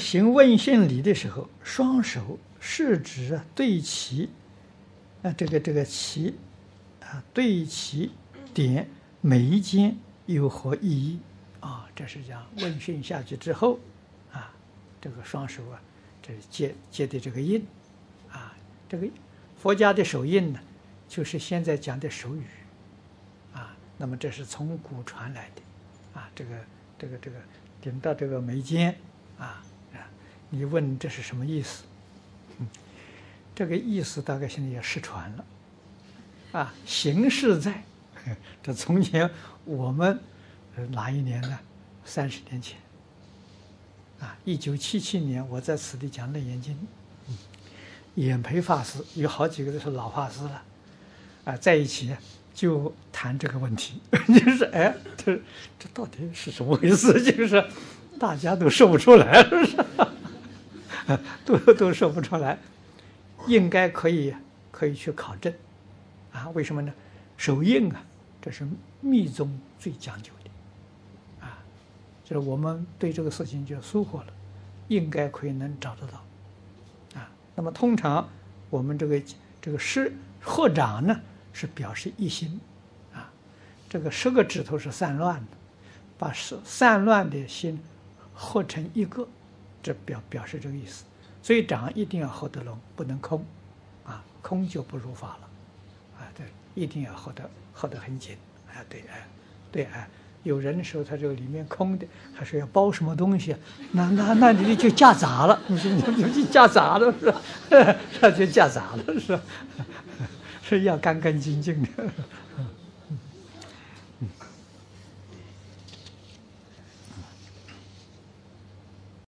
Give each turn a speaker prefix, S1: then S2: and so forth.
S1: 行问讯礼的时候，双手是指对齐，这个齐对齐点眉间有何意义啊？这是讲问讯下去之后啊，这个双手这是接的这个印啊，这个佛家的手印呢，就是现在讲的手语啊。那么这是从古传来的啊，这个顶到这个眉间啊。你问这是什么意思？这个意思大概现在也失传了啊。形式在，这从前我们哪一年呢？30年前啊，1977年我在此地讲《楞严经》，演培法师有好几个都是老法师了啊，在一起就谈这个问题，就是这到底是什么回事？就是大家都说不出来，都说不出来，应该可以去考证啊？为什么呢？手印啊，这是密宗最讲究的啊，就是我们对这个事情就疏忽了，应该可以能找得到啊。那么通常我们这个合掌呢，是表示一心啊，这个10个指头是散乱的，把散乱的心合成一个，这表示这个意思。所以掌一定要合得拢，不能空啊，空就不如法了啊。对，一定要合得很紧啊。对，有人说他这个里面空的，还是要包什么东西，那你就夹杂了，你就夹杂了是吧？那就夹杂了是吧？是要干干净净的。